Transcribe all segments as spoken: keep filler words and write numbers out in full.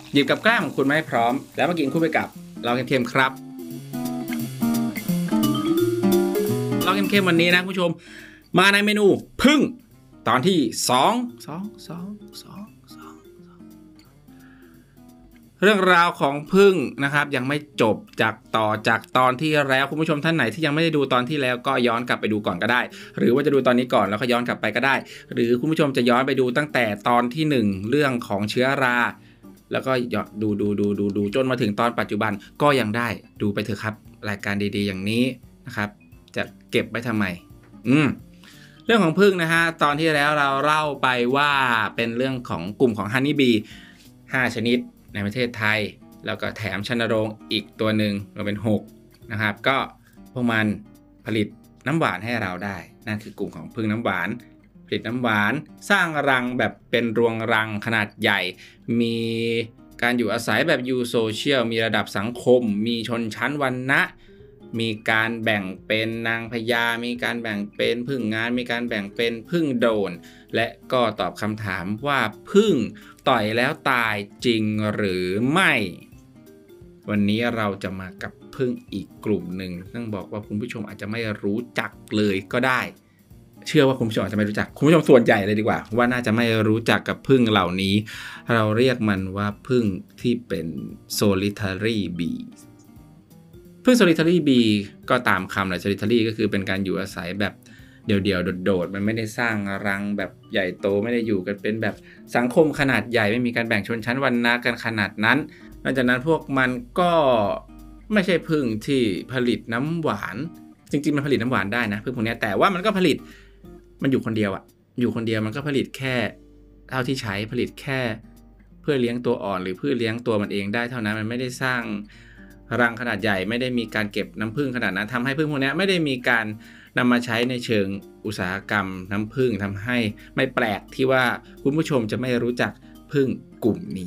หยิบกับแก้มของคุณมาให้พร้อมแล้วมากินคู่ไปกับเราเค็มๆครับเราเค็มๆวันนี้นะคุณผู้ชมมาในเมนูผึ้งตอนที่สอง สอง สอง สอง สอง เรื่องราวของผึ้งนะครับยังไม่จบจากต่อจากตอนที่แล้วคุณผู้ชมท่านไหนที่ยังไม่ได้ดูตอนที่แล้วก็ย้อนกลับไปดูก่อนก็ได้หรือว่าจะดูตอนนี้ก่อนแล้วก็ย้อนกลับไปก็ได้หรือคุณผู้ชมจะย้อนไปดูตั้งแต่ตอนที่หนึ่งเรื่องของเชื้อราแล้วก็ดูดูดูดูดูจนมาถึงตอนปัจจุบันก็ยังได้ดูไปเถอะครับรายการดีๆอย่างนี้นะครับจะเก็บไว้ทำไมอืมเรื่องของผึ้งนะฮะตอนที่แล้วเราเล่าไปว่าเป็นเรื่องของกลุ่มของฮันนี่บีห้าชนิดในประเทศไทยแล้วก็แถมชันโรงอีกตัวหนึ่งเราเป็นหกนะครับก็พวกมันผลิตน้ำหวานให้เราได้นั่นคือกลุ่มของผึ้งน้ำหวานผลิตน้ำหวานสร้างรังแบบเป็นรวงรังขนาดใหญ่มีการอยู่อาศัยแบบยูโซเชียลมีระดับสังคมมีชนชั้นวรรณะมีการแบ่งเป็นนางพญามีการแบ่งเป็นผึ้งงานมีการแบ่งเป็นผึ้งโดนและก็ตอบคำถามว่าผึ้งต่อยแล้วตายจริงหรือไม่วันนี้เราจะมากับผึ้งอีกกลุ่มหนึ่งต้องบอกว่าคุณผู้ชมอาจจะไม่รู้จักเลยก็ได้เชื่อว่าคุณผู้ชมอาจจะไม่รู้จักคุณผู้ชมส่วนใหญ่เลยดีกว่าว่าน่าจะไม่รู้จักกับผึ้งเหล่านี้เราเรียกมันว่าผึ้งที่เป็น solitary bee ผึ้ง solitary bee ก็ตามคำเลย solitary ก็คือเป็นการอยู่อาศัยแบบเดี่ยวๆโดดๆมันไม่ได้สร้างรังแบบใหญ่โตไม่ได้อยู่กันเป็นแบบสังคมขนาดใหญ่ไม่มีการแบ่งชนชั้นวรรณะกันขนาดนั้นนอกจากนั้นพวกมันก็ไม่ใช่ผึ้งที่ผลิตน้ำหวานจริงๆมันผลิตน้ำหวานได้นะผึ้งพวกนี้แต่ว่ามันก็ผลิตมันอยู่คนเดียวอะอยู่คนเดียวมันก็ผลิตแค่เท่าที่ใช้ผลิตแค่เพื่อเลี้ยงตัวอ่อนหรือเพื่อเลี้ยงตัวมันเองได้เท่านั้นมันไม่ได้สร้างรังขนาดใหญ่ไม่ได้มีการเก็บน้ำผึ้งขนาดนั้นทำให้ผึ้งพวกนี้ไม่ได้มีการนำมาใช้ในเชิงอุตสาหกรรมน้ำผึ้งทำให้ไม่แปลกที่ว่าคุณผู้ชมจะไม่รู้จักผึ้งกลุ่มนี้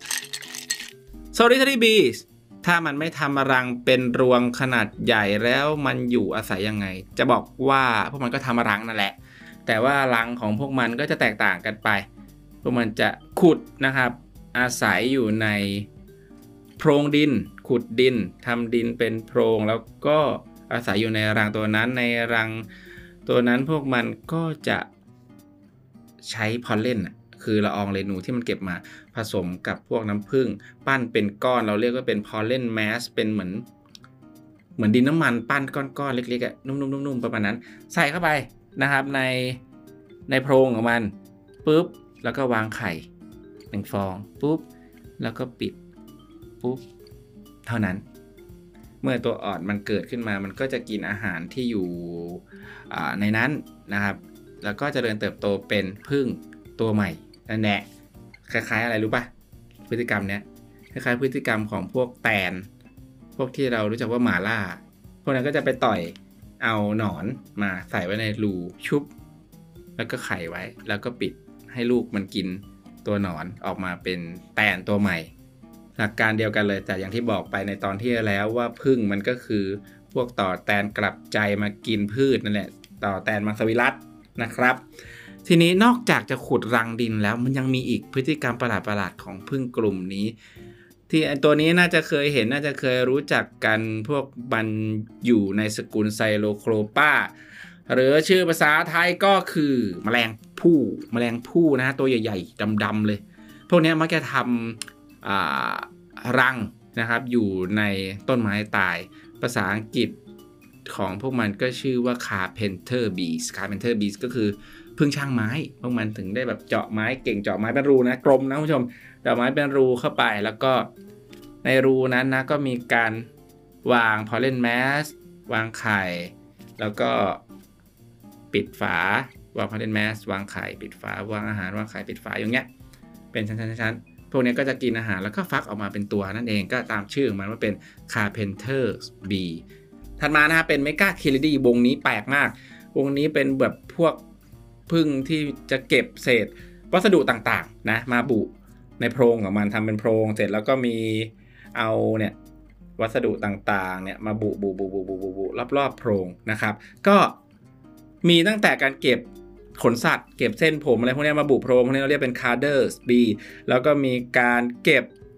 solitary bees ถ้ามันไม่ทำรังเป็นรวงขนาดใหญ่แล้วมันอยู่อาศัยยังไงจะบอกว่าพวกมันก็ทำรังนั่นแหละแต่ว่ารังของพวกมันก็จะแตกต่างกันไปพวกมันจะขุดนะครับอาศัยอยู่ในโพรงดินขุดดินทำดินเป็นโพรงแล้วก็อาศัยอยู่ในรังตัวนั้นในรังตัวนั้นพวกมันก็จะใช้พอลเลนคือละอองเรนูที่มันเก็บมาผสมกับพวกน้ำผึ้งปั้นเป็นก้อนเราเรียกว่าเป็นพอลเลนแมสเป็นเหมือนเหมือนดินน้ำมันปั้นก้อนๆเล็กๆอ่ะนุ่มๆๆประมาณนั้นใส่เข้าไปนะครับในในโพรงของมันปุ๊บแล้วก็วางไข่หนึ่งฟองปุ๊บแล้วก็ปิดปุ๊บเท่านั้นเมื่อตัวอ่อนมันเกิดขึ้นมามันก็จะกินอาหารที่อยู่ในนั้นนะครับแล้วก็จะเจริญเติบโตเป็นผึ้งตัวใหม่นั่นแหละคล้ายๆอะไรรู้ป่ะพฤติกรรมเนี้ยคล้ายๆพฤติกรรมของพวกแตนพวกที่เรารู้จักว่าหมาล่าพวกนั้นก็จะไปต่อยเอาหนอนมาใส่ไว้ในรูชุบแล้วก็ไข่ไว้แล้วก็ปิดให้ลูกมันกินตัวหนอนออกมาเป็นแตนตัวใหม่หลักการเดียวกันเลยแต่อย่างที่บอกไปในตอนที่แล้วว่าผึ้งมันก็คือพวกต่อแตนกลับใจมากินพืชนั่นแหละต่อแตนมังสวิรัตินะครับทีนี้นอกจากจะขุดรังดินแล้วมันยังมีอีกพฤติกรรมประหลาดๆของผึ้งกลุ่มนี้ที่ตัวนี้น่าจะเคยเห็นน่าจะเคยรู้จักกันพวกมันอยู่ในสกุลไซโลโครปาหรือชื่อภาษาไทยก็คือแมลงผู้แมลงผู้นะตัวใหญ่ๆดำๆเลยพวกนี้มักจะทำรังนะครับอยู่ในต้นไม้ตายภาษาอังกฤษของพวกมันก็ชื่อว่า carpenter bees carpenter bees ก็คือผึ้งช่างไม้พวกมันถึงได้แบบเจาะไม้เก่งเจาะไม้เป็นรูนะกลมนะคุณผู้ชมเจาะไม้เป็นรูเข้าไปแล้วก็ในรูนั้นนะก็มีการวาง pollen mass วางไข่แล้วก็ปิดฝาวาง pollen mass วางไข่ปิดฝาวางอาหารวางไข่ปิดฝาอย่างเงี้ยเป็นชั้นๆๆพวกนี้ก็จะกินอาหารแล้วก็ฟักออกมาเป็นตัวนั่นเองก็ตามชื่อของมันว่าเป็น carpenter bee ถัดมานะครับเป็น Megachilidae วงนี้แปลกมากวงนี้เป็นแบบพวกผึ้งที่จะเก็บเศษวัสดุต่างๆนะมาบุในโพรงของมันทำเป็นโพรงเสร็จแล้วก็มีเอาเนี่ยวัสดุต่างๆเนี่ยมาบุบุบุบุบุบุบุรอบๆโพรงนะครับก็มีตั้งแต่การเก็บขนสัตว์เก็บเส้นผมอะไรพวกนี้มาบุโพรงพวกนี้เราเรียกเป็น carders bee แล้วก็มีการเก็บ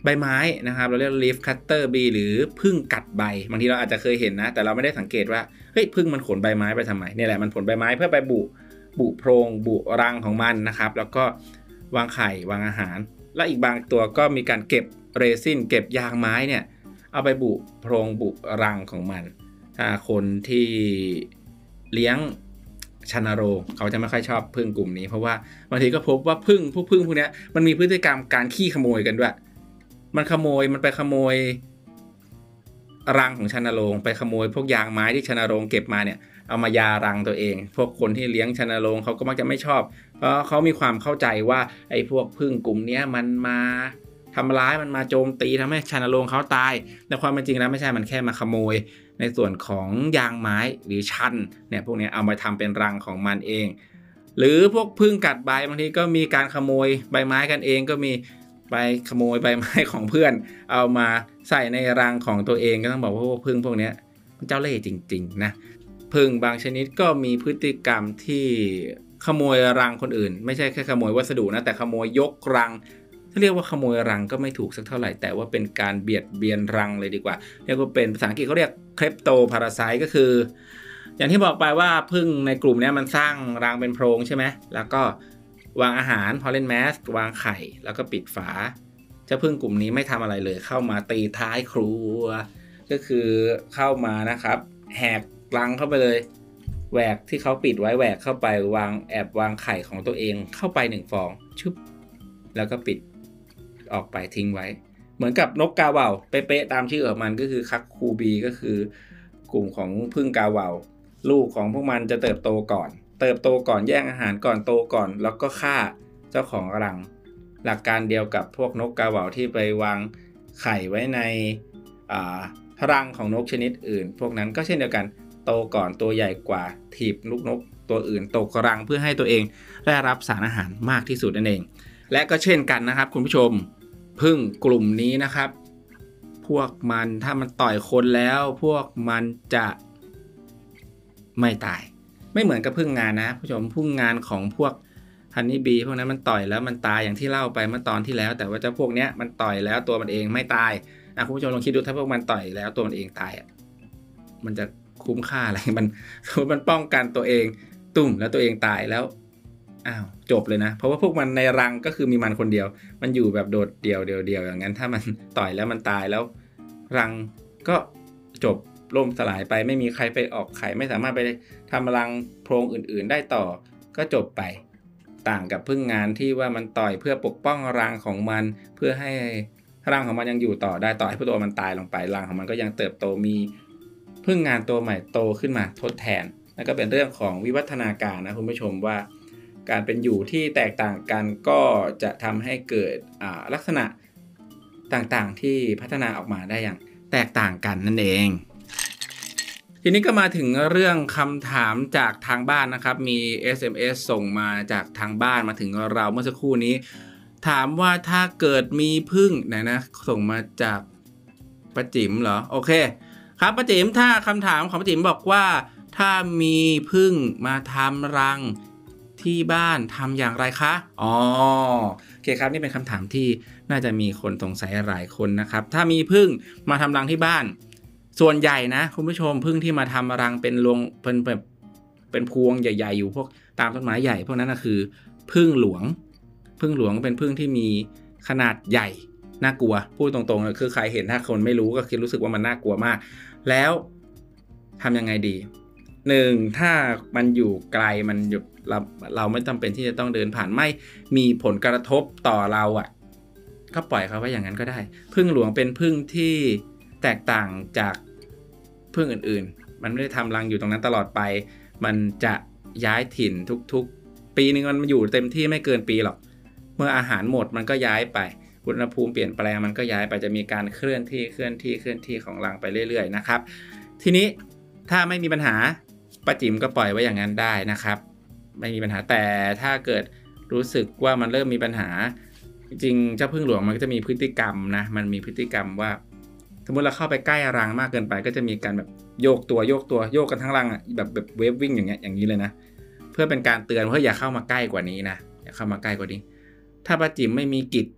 ใบไม้นะครับเราเรียก leaf cutter bee หรือผึ้งกัดใบบางทีเราอาจจะเคยเห็นนะแต่เราไม่ได้สังเกตว่าเฮ้ยผึ้งมันขนใบไม้ไปทำไมเนี่ยแหละมันขนใบไม้เพื่อไปบุบุโพรงบุรังของมันนะครับแล้วก็วางไข่วางอาหารและอีกบางตัวก็มีการเก็บเรซินเก็บยางไม้เนี่ยเอาไปบุโพรงบุรังของมันถ้าคนที่เลี้ยงชันโรงเขาจะไม่ค่อยชอบผึ้งกลุ่มนี้เพราะว่าบางทีก็พบว่าผึ้งพวกผึ้งพวกนี้มันมีพฤติกรรมการขี้ขโมยกันด้วยมันขโมยมันไปขโมยรังของชันโรงไปขโมยพวกยางไม้ที่ชันโรงเก็บมาเนี่ยเอามายารังตัวเองพวกคนที่เลี้ยงชันโรงเขาก็มักจะไม่ชอบเพราะเขามีความเข้าใจว่าไอ้พวกผึ้งกลุ่มนี้มันมาทำร้ายมันมาโจมตีทำให้ชันโรงเขาตายแต่ความเป็นจริงแล้วไม่ใช่มันแค่มาขโมยในส่วนของยางไม้หรือชันเนี่ยพวกนี้เอามาทำเป็นรังของมันเองหรือพวกผึ้งกัดใบบางทีก็มีการขโมยใบไม้กันเองก็มีไปขโมยใบไม้ของเพื่อนเอามาใส่ในรังของตัวเองก็ต้องบอกว่าพวกผึ้งพวกนี้เจ้าเล่ห์จริงๆนะผึ้งบางชนิดก็มีพฤติกรรมที่ขโมยรังคนอื่นไม่ใช่แค่ขโมยวัสดุนะแต่ขโมยยกรังถ้าเรียกว่าขโมยรังก็ไม่ถูกสักเท่าไหร่แต่ว่าเป็นการเบียดเบียนรังเลยดีกว่าเรียกว่าเป็นภาษาอังกฤษเขาเรียกเครปโตพาราไซต์ก็คืออย่างที่บอกไปว่าผึ้งในกลุ่มนี้มันสร้างรังเป็นโพรงใช่ไหมแล้วก็วางอาหารพอลเลนแมสวางไข่แล้วก็ปิดฝาเจ้าผึ้งกลุ่มนี้ไม่ทำอะไรเลยเข้ามาตีท้ายครัวก็คือเข้ามานะครับแหกรังเข้าไปเลยแหวกที่เขาปิดไว้แหวกเข้าไปวางแอบวางไข่ของตัวเองเข้าไปหนึ่งฟองชุบแล้วก็ปิดออกไปทิ้งไว้เหมือนกับนกกาเหว่าเป๊ะๆตามชื่อของมันก็คือคักคูบีก็คือกลุ่มของผึ้งกาเหว่าลูกของพวกมันจะเติบโตก่อนเติบโตก่อนแย่งอาหารก่อนโตก่อนแล้วก็ฆ่าเจ้าของรังหลักการเดียวกับพวกนกกาเหว่าที่ไปวางไข่ไว้ในรังของนกชนิดอื่นพวกนั้นก็เช่นเดียวกันโตก่อนตัวใหญ่กว่าถีบลูกนกตัวอื่นตกรังเพื่อให้ตัวเองได้รับสารอาหารมากที่สุดนั่นเองและก็เช่นกันนะครับคุณผู้ชมผึ้งกลุ่มนี้นะครับพวกมันถ้ามันต่อยคนแล้วพวกมันจะไม่ตายไม่เหมือนกับผึ้งงานนะผู้ชมผึ้งงานของพวกฮันนี่บีพวกนั้นมันต่อยแล้วมันตายอย่างที่เล่าไปเมื่อตอนที่แล้วแต่ว่าเจ้าพวกเนี้ยมันต่อยแล้วตัวมันเองไม่ตายนะคุณผู้ชมลองคิดดูถ้าพวกมันต่อยแล้วตัวมันเองตายอ่ะมันจะคุ้มค่าอะไรมันมันป้องกันตัวเองตุ่มแล้วตัวเองตายแล้วอ้าวจบเลยนะเพราะว่าพวกมันในรังก็คือมีมันคนเดียวมันอยู่แบบโดดเดี่ยวเดียวเดียวอย่างนั้นถ้ามันต่อยแล้วมันตายแล้วรังก็จบล่มสลายไปไม่มีใครไปออกไข่ไม่สามารถไปทำรังโพรงอื่นๆได้ต่อก็จบไปต่างกับผึ้งงานที่ว่ามันต่อยเพื่อปกป้องรังของมันเพื่อให้รังของมันยังอยู่ต่อได้ต่อให้ตัวมันตายลงไปรังของมันก็ยังเติบโตมีผึ้งงานตัวใหม่โตขึ้นมาทดแทนนั่นก็เป็นเรื่องของวิวัฒนาการนะคุณผู้ชมว่าการเป็นอยู่ที่แตกต่างกันก็จะทำให้เกิดลักษณะต่างๆที่พัฒนาออกมาได้อย่างแตกต่างกันนั่นเองทีนี้ก็มาถึงเรื่องคำถามจากทางบ้านนะครับมี เอส เอ็ม เอส ส่งมาจากทางบ้านมาถึงเราเมื่อสักครู่นี้ถามว่าถ้าเกิดมีผึ้งนะนะส่งมาจากป้าจิ๋มเหรอโอเคครับป้าจิ๋มถ้าคำถามของป้าจิ๋มบอกว่าถ้ามีผึ้งมาทำรังที่บ้านทำอย่างไรคะอ๋อโอเคครับนี่เป็นคำถามที่น่าจะมีคนสงสัยหลายคนนะครับถ้ามีผึ้งมาทำรังที่บ้านส่วนใหญ่นะคุณผู้ชมผึ้งที่มาทำรังเป็นรวงเป็นแบบเป็นพวงใหญ่ๆอยู่พวกตามต้นไม้ใหญ่พวกนั้นนะคือผึ้งหลวงผึ้งหลวงเป็นผึ้งที่มีขนาดใหญ่น่ากลัวพูดตรงๆคือใครเห็นถ้าคนไม่รู้ก็คิดรู้สึกว่ามันน่ากลัวมากแล้วทำยังไงดีหนึ่งถ้ามันอยู่ไกลมันอยู่เราเราไม่จำเป็นที่จะต้องเดินผ่านไม่มีผลกระทบต่อเราอ่ะก็ปล่อยเขาไว้อย่างนั้นก็ได้ผึ้งหลวงเป็นผึ้งที่แตกต่างจากผึ้งอื่นๆมันไม่ได้ทำรังอยู่ตรงนั้นตลอดไปมันจะย้ายถิ่นทุกๆปีนึงมันอยู่เต็มที่ไม่เกินปีหรอกเมื่ออาหารหมดมันก็ย้ายไปอุณหภูมิเปลี่ยนแปลงมันก็ย้ายไปจะมีการเคลื่อนที่เคลื่อนที่เคลื่อนที่ของรังไปเรื่อยๆนะครับทีนี้ถ้าไม่มีปัญหาป้าจิ๋มก็ปล่อยไว้อย่างนั้นได้นะครับไม่มีปัญหาแต่ถ้าเกิดรู้สึกว่ามันเริ่มมีปัญหาจริงๆเจ้าผึ้งหลวงมันก็จะมีพฤติกรรมนะมันมีพฤติกรรมว่าสมมติเราเข้าไปใกล้รังมากเกินไปก็จะมีการแบบโยกตัวโยกตัวโยกกันทั้งรังอ่ะแบบแบบเวฟวิ่งอย่างเงี้ยอย่างนี้เลยนะเพื่อเป็นการเตือนว่าอย่าเข้ามาใกล้กว่านี้นะอย่าเข้ามาใกล้กว่านี้ถ้าป้าจิ๋มไม่มีกิจ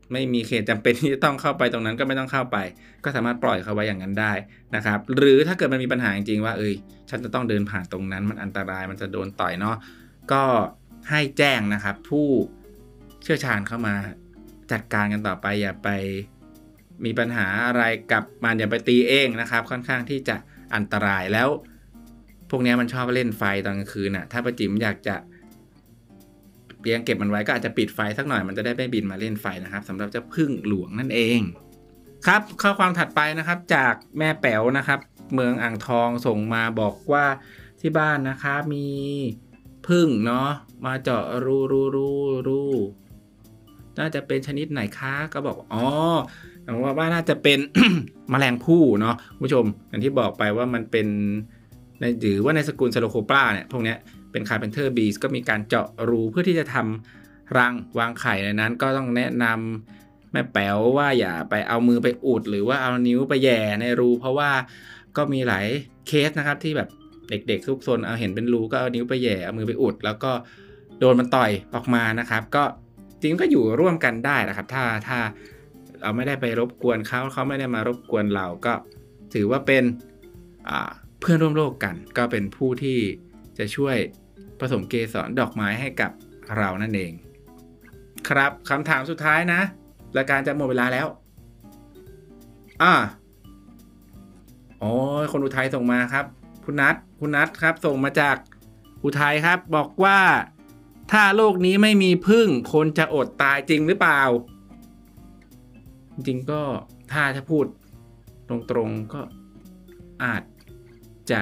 ไม่มีเขตจำเป็นที่จะต้องเข้าไปตรงนั้นก็ไม่ต้องเข้าไปก็สามารถปล่อยเขาไว้อย่างนั้นได้นะครับหรือถ้าเกิดมันมีปัญหาจริงๆว่าเอ้ยฉันจะต้องเดินผ่านตรงนั้นมันอันตรายมันจะโดนต่อยเนาะก็ให้แจ้งนะครับผู้เชี่ยวชาญเข้ามาจัดการกันต่อไปอย่าไปมีปัญหาอะไรกับมันอย่าไปตีเองนะครับค่อนข้างที่จะอันตรายแล้วพวกนี้มันชอบเล่นไฟตอนกลางคืนน่ะถ้าป้าจิ๋มอยากจะเลี้ยงเก็บมันไว้ก็อาจจะปิดไฟสักหน่อยมันจะได้ไม่บินมาเล่นไฟนะครับสำหรับเจ้าผึ้งหลวงนั่นเองครับข้อความถัดไปนะครับจากแม่แป๋วนะครับเมืองอ่างทองส่งมาบอกว่าที่บ้านนะครับมีผึ้งเนาะมาเจาะรูรูรูรูน่าจะเป็นชนิดไหนคะก็บอกอ๋อผมว่าว่าน่าจะเป็น แมลงภู่เนาะผู้ชมอย่างที่บอกไปว่ามันเป็นในหรือว่าในสกุลซาโลโคปราเนี่ยพวกนี้เป็นคาร์เพนเทอร์บีสก็มีการเจาะรูเพื่อที่จะทำรังวางไข่ในนั้นก็ต้องแนะนำแม่แป๋วว่าอย่าไปเอามือไปอุดหรือว่าเอานิ้วไปแย่ในรูเพราะว่าก็มีหลายเคสนะครับที่แบบเด็กๆทุกซนเอาเห็นเป็นรูก็เอานิ้วไปแย่เอามือไปอุดแล้วก็โดนมันต่อยออกมานะครับก็จริงก็อยู่ร่วมกันได้นะครับถ้าถ้าเราไม่ได้ไปรบกวนเขาเขาไม่ได้มารบกวนเราก็ถือว่าเป็นเพื่อนร่วมโลกกันก็เป็นผู้ที่จะช่วยผสมเกสรดอกไม้ให้กับเรานั่นเองครับคำถามสุดท้ายนะรายการจะหมดเวลาแล้วอ่าโอ้ยคนอุทัยส่งมาครับคุณนัทคุณนัทครับส่งมาจากอุทัยครับบอกว่าถ้าโลกนี้ไม่มีผึ้งคนจะอดตายจริงหรือเปล่าจริงก็ถ้าถ้าพูดตรงๆก็อาจจะ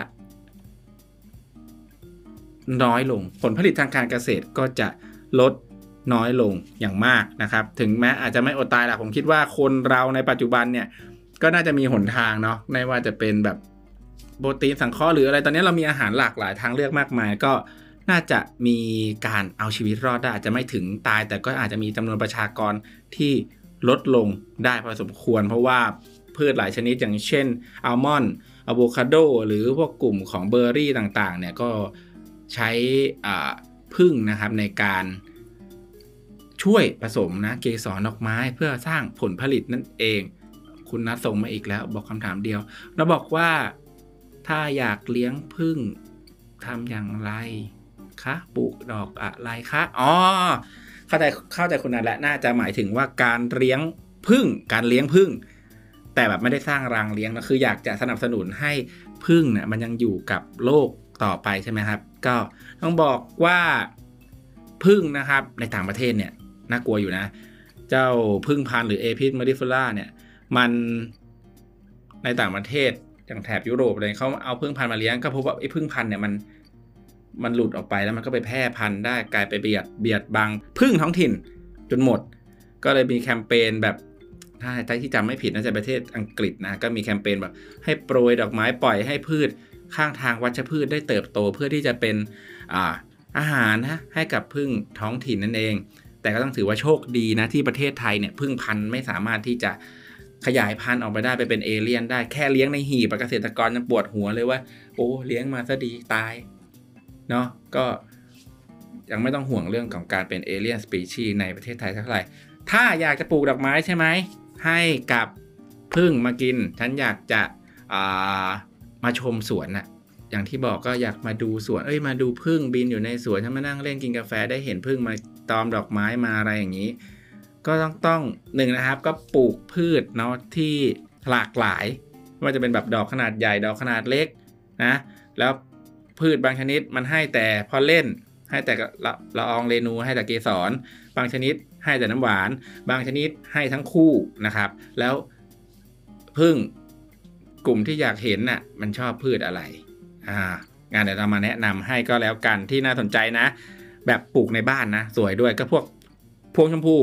น้อยลงผลผลิตทางการเกษตรก็จะลดน้อยลงอย่างมากนะครับถึงแม้อาจจะไม่อดตายแหละผมคิดว่าคนเราในปัจจุบันเนี่ยก็น่าจะมีหนทางเนาะไม่ว่าจะเป็นแบบโปรตีนสังเคราะห์หรืออะไรตอนนี้เรามีอาหารหลากหลายทางเลือกมากมายก็น่าจะมีการเอาชีวิตรอดได้อาจจะไม่ถึงตายแต่ก็อาจจะมีจำนวนประชากรที่ลดลงได้พอสมควรเพราะว่าพืชหลายชนิดอย่างเช่นอัลมอนด์อะโวคาโดหรือพวกกลุ่มของเบอร์รี่ต่างๆเนี่ยก็ใช้ผึ้งนะครับในการช่วยผสมนะเกสรดอกไม้เพื่อสร้างผลผลิตนั่นเองคุณนัทส่งมาอีกแล้วบอกคำถามเดียวเราบอกว่าถ้าอยากเลี้ยงผึ้งทำอย่างไรคะปลูกดอกอะไรคะอ๋อเข้าใจเข้าใจคุณนัทแล้วน่าจะหมายถึงว่าการเลี้ยงผึ้งการเลี้ยงผึ้งแต่แบบไม่ได้สร้างรังเลี้ยงนะคืออยากจะสนับสนุนให้ผึ้งเนี่ยมันยังอยู่กับโลกต่อไปใช่ไหมครับก็ต้องบอกว่าผึ้งนะครับในต่างประเทศเนี่ยน่ากลัวอยู่นะเจ้าผึ้งพันธุ์หรือ Apis mellifera เนี่ยมันในต่างประเทศอย่างแถบยุโรปเลยเขาเอาผึ้งพันธุ์มาเลี้ยงก็พบว่าไอ้ผึ้งพันธุ์เนี่ยมันมันหลุดออกไปแล้วมันก็ไปแพร่พันธุ์ได้กลายไปเบียดเบียดบังผึ้งท้องถิ่นจนหมดก็เลยมีแคมเปญแบบถ้าที่จำไม่ผิดน่าจะประเทศอังกฤษนะก็มีแคมเปญแบบให้โปรยดอกไม้ปล่อยให้พืชข้างทางวัชพืชได้เติบโตเพื่อที่จะเป็นอ่าอาหารนะให้กับผึ้งท้องถิ่นนั่นเองแต่ก็ต้องถือว่าโชคดีนะที่ประเทศไทยเนี่ยผึ้งพันธุ์ไม่สามารถที่จะขยายพันธุ์ออกไปได้ไปเป็นเอเลี่ยนได้แค่เลี้ยงในหีบเกษตรกรยังปวดหัวเลยว่าโอ้เลี้ยงมาซะดีตายเนาะก็ยังไม่ต้องห่วงเรื่องของการเป็นเอเลี่ยนสปีชีส์ในประเทศไทยเท่าไหร่ถ้าอยากจะปลูกดอกไม้ใช่ไหมให้กับผึ้งมากินฉันอยากจะามาชมสวนน่ะอย่างที่บอกก็อยากมาดูสวนเอ้ยมาดูผึ้งบินอยู่ในสวนฉันมานั่งเล่นกินกาแฟได้เห็นผึ้งมาตอมดอกไม้มาอะไรอย่างนี้ก็ต้องต้องหนึ่งนะครับก็ปลูกพืชเนาะที่หลากหลายไม่ว่าจะเป็นแบบดอกขนาดใหญ่ดอกขนาดเล็กนะแล้วพืชบางชนิดมันให้แต่พอเล่นให้แต่ละละอองเรนูให้แต่เกสรบางชนิดให้แต่น้ำหวานบางชนิดให้ทั้งคู่นะครับแล้วผึ้งกลุ่มที่อยากเห็นน่ะมันชอบพืชอะไรอ่างานเดี๋ยวเรามาแนะนำให้ก็แล้วกันที่น่าสนใจนะแบบปลูกในบ้านนะสวยด้วยก็พวกพวงชมพู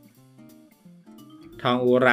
ทองอุไร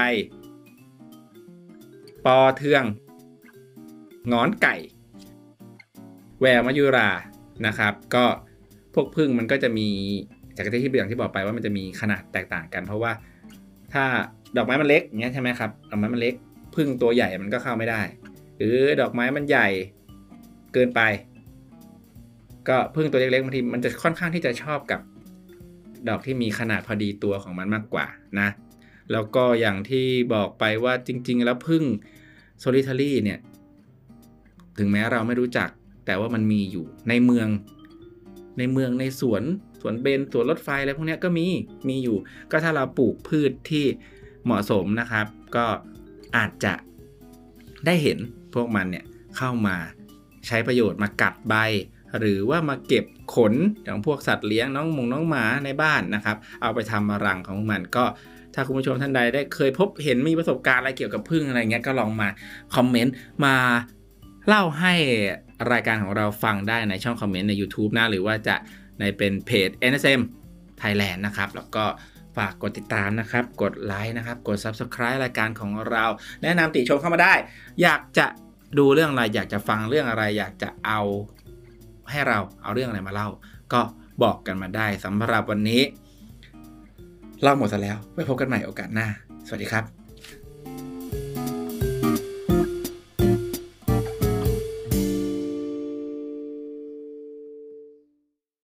ปอเทืองหงอนไก่แววมะยุรานะครับก็พวกผึ้งมันก็จะมีจากที่อย่างที่บอกไปว่ามันจะมีขนาดแตกต่างกันเพราะว่าถ้าดอกไม้มันเล็กอย่างเงี้ยใช่ไหมครับดอกไม้มันเล็กผึ้งตัวใหญ่มันก็เข้าไม่ได้หรือดอกไม้มันใหญ่เกินไปก็ผึ้งตัวเล็กๆบางทีมันจะค่อนข้างที่จะชอบกับดอกที่มีขนาดพอดีตัวของมันมากกว่านะแล้วก็อย่างที่บอกไปว่าจริงๆแล้วผึ้ง solitary เนี่ยถึงแม้เราไม่รู้จักแต่ว่ามันมีอยู่ในเมืองในเมืองในสวนสวนเบญสวนรถไฟอะไรพวกนี้ก็มีมีอยู่ก็ถ้าเราปลูกพืชที่เหมาะสมนะครับก็อาจจะได้เห็นพวกมันเนี่ยเข้ามาใช้ประโยชน์มากัดใบหรือว่ามาเก็บขนของพวกสัตว์เลี้ยงน้องหมงน้องหมาในบ้านนะครับเอาไปทำรังของมันก็ถ้าคุณผู้ชมท่านใดได้เคยพบเห็นมีประสบการณ์อะไรเกี่ยวกับผึ้งอะไรเงี้ยก็ลองมาคอมเมนต์มาเล่าให้รายการของเราฟังได้ในช่องคอมเมนต์ใน YouTube นะหรือว่าจะในเป็นเพจ เอ็น เอส เอ็ม Thailand นะครับแล้วก็ฝากกดติดตามนะครับกดไลค์นะครับกด Subscribe รายการของเราแนะนำติชมเข้ามาได้อยากจะดูเรื่องอะไรอยากจะฟังเรื่องอะไรอยากจะเอาให้เราเอาเรื่องอะไรมาเล่าก็บอกกันมาได้สำหรับวันนี้เล่าหมดซะแล้วไว้พบกันใหม่โอกาสหน้าสวัสดีครับ